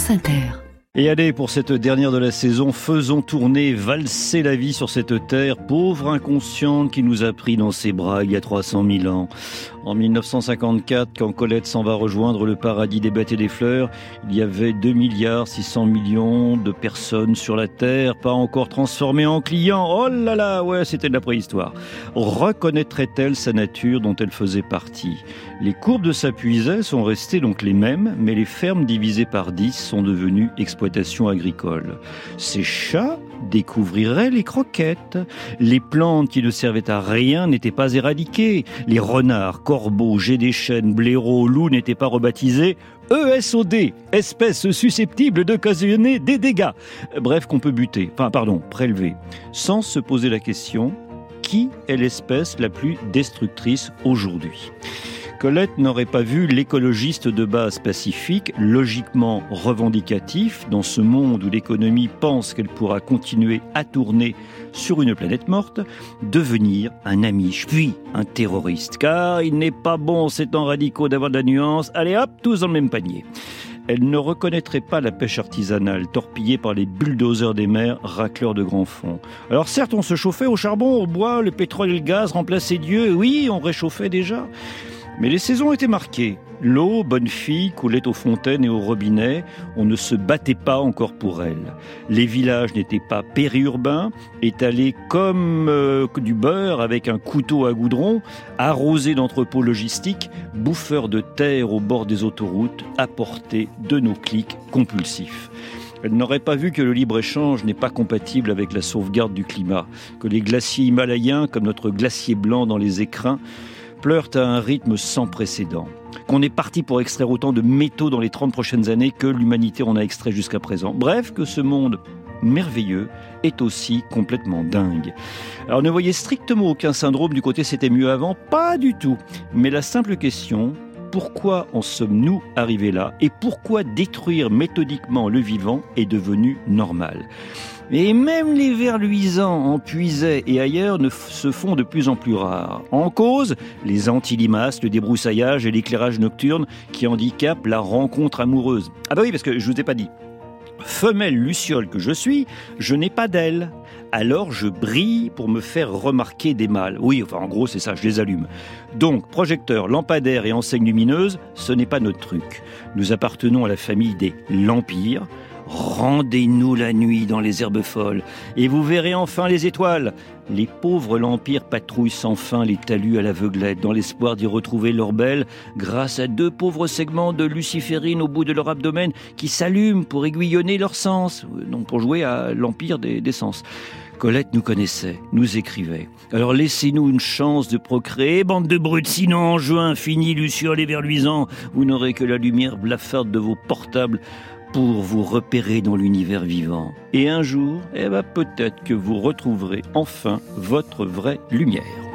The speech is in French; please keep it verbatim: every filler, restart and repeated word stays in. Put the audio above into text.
France Inter. Et allez, pour cette dernière de la saison, faisons tourner, valser la vie sur cette terre, pauvre inconsciente qui nous a pris dans ses bras il y a trois cent mille ans. En mille neuf cent cinquante-quatre, quand Colette s'en va rejoindre le paradis des bêtes et des fleurs, il y avait deux milliards six cents millions de personnes sur la terre, pas encore transformées en clients. Oh là là, ouais, c'était de la préhistoire. Reconnaîtrait-elle sa nature dont elle faisait partie? Les courbes de sa puisaye sont restées donc les mêmes, mais les fermes divisées par dix sont devenues exploitations agricoles. Ces chats découvriraient les croquettes. Les plantes qui ne servaient à rien n'étaient pas éradiquées. Les renards, corbeaux, geais des chênes, blaireaux, loups n'étaient pas rebaptisés E S O D, espèces susceptibles d'occasionner des dégâts. Bref, qu'on peut buter, enfin pardon, prélever, sans se poser la question, qui est l'espèce la plus destructrice aujourd'hui ? Colette n'aurait pas vu l'écologiste de base pacifique, logiquement revendicatif, dans ce monde où l'économie pense qu'elle pourra continuer à tourner sur une planète morte, devenir un Amish, puis un terroriste. Car il n'est pas bon, ces temps radicaux, d'avoir de la nuance. Allez hop, tous dans le même panier. Elle ne reconnaîtrait pas la pêche artisanale, torpillée par les bulldozers des mers, racleurs de grands fonds. Alors certes, on se chauffait au charbon, au bois, le pétrole et le gaz remplaçaient Dieu. Oui, on réchauffait déjà. Mais les saisons étaient marquées. L'eau, bonne fille, coulait aux fontaines et aux robinets. On ne se battait pas encore pour elle. Les villages n'étaient pas périurbains, étalés comme euh, du beurre avec un couteau à goudron, arrosés d'entrepôts logistiques, bouffeurs de terre au bord des autoroutes, à portée de nos clics compulsifs. Elle n'aurait pas vu que le libre-échange n'est pas compatible avec la sauvegarde du climat, que les glaciers himalayens, comme notre glacier blanc dans les écrins, pleurent à un rythme sans précédent. Qu'on est parti pour extraire autant de métaux dans les trente prochaines années que l'humanité en a extrait jusqu'à présent. Bref, que ce monde merveilleux est aussi complètement dingue. Alors ne voyez strictement aucun syndrome du côté c'était mieux avant, pas du tout. Mais la simple question, pourquoi en sommes-nous arrivés là et pourquoi détruire méthodiquement le vivant est devenu normal ? Et même les vers luisants en puisaye et ailleurs ne f- se font de plus en plus rares. En cause, les antilimaces, le débroussaillage et l'éclairage nocturne qui handicapent la rencontre amoureuse. Ah bah oui, parce que je vous ai pas dit. Femelle luciole que je suis, je n'ai pas d'aile. Alors je brille pour me faire remarquer des mâles. Oui, enfin en gros c'est ça, je les allume. Donc projecteur, lampadaire et enseigne lumineuse, ce n'est pas notre truc. Nous appartenons à la famille des lampires. Rendez-nous la nuit dans les herbes folles, et vous verrez enfin les étoiles. Les pauvres lampires patrouillent sans fin les talus à l'aveuglette, dans l'espoir d'y retrouver leur belle, grâce à deux pauvres segments de luciférine au bout de leur abdomen, qui s'allument pour aiguillonner leur sens, non pour jouer à l'empire des, des sens. Colette nous connaissait, nous écrivait. Alors laissez-nous une chance de procréer, bande de brutes, sinon en juin, fini luciole et verluisant, vous n'aurez que la lumière blafarde de vos portables pour vous repérer dans l'univers vivant. Et un jour, eh ben peut-être que vous retrouverez enfin votre vraie lumière.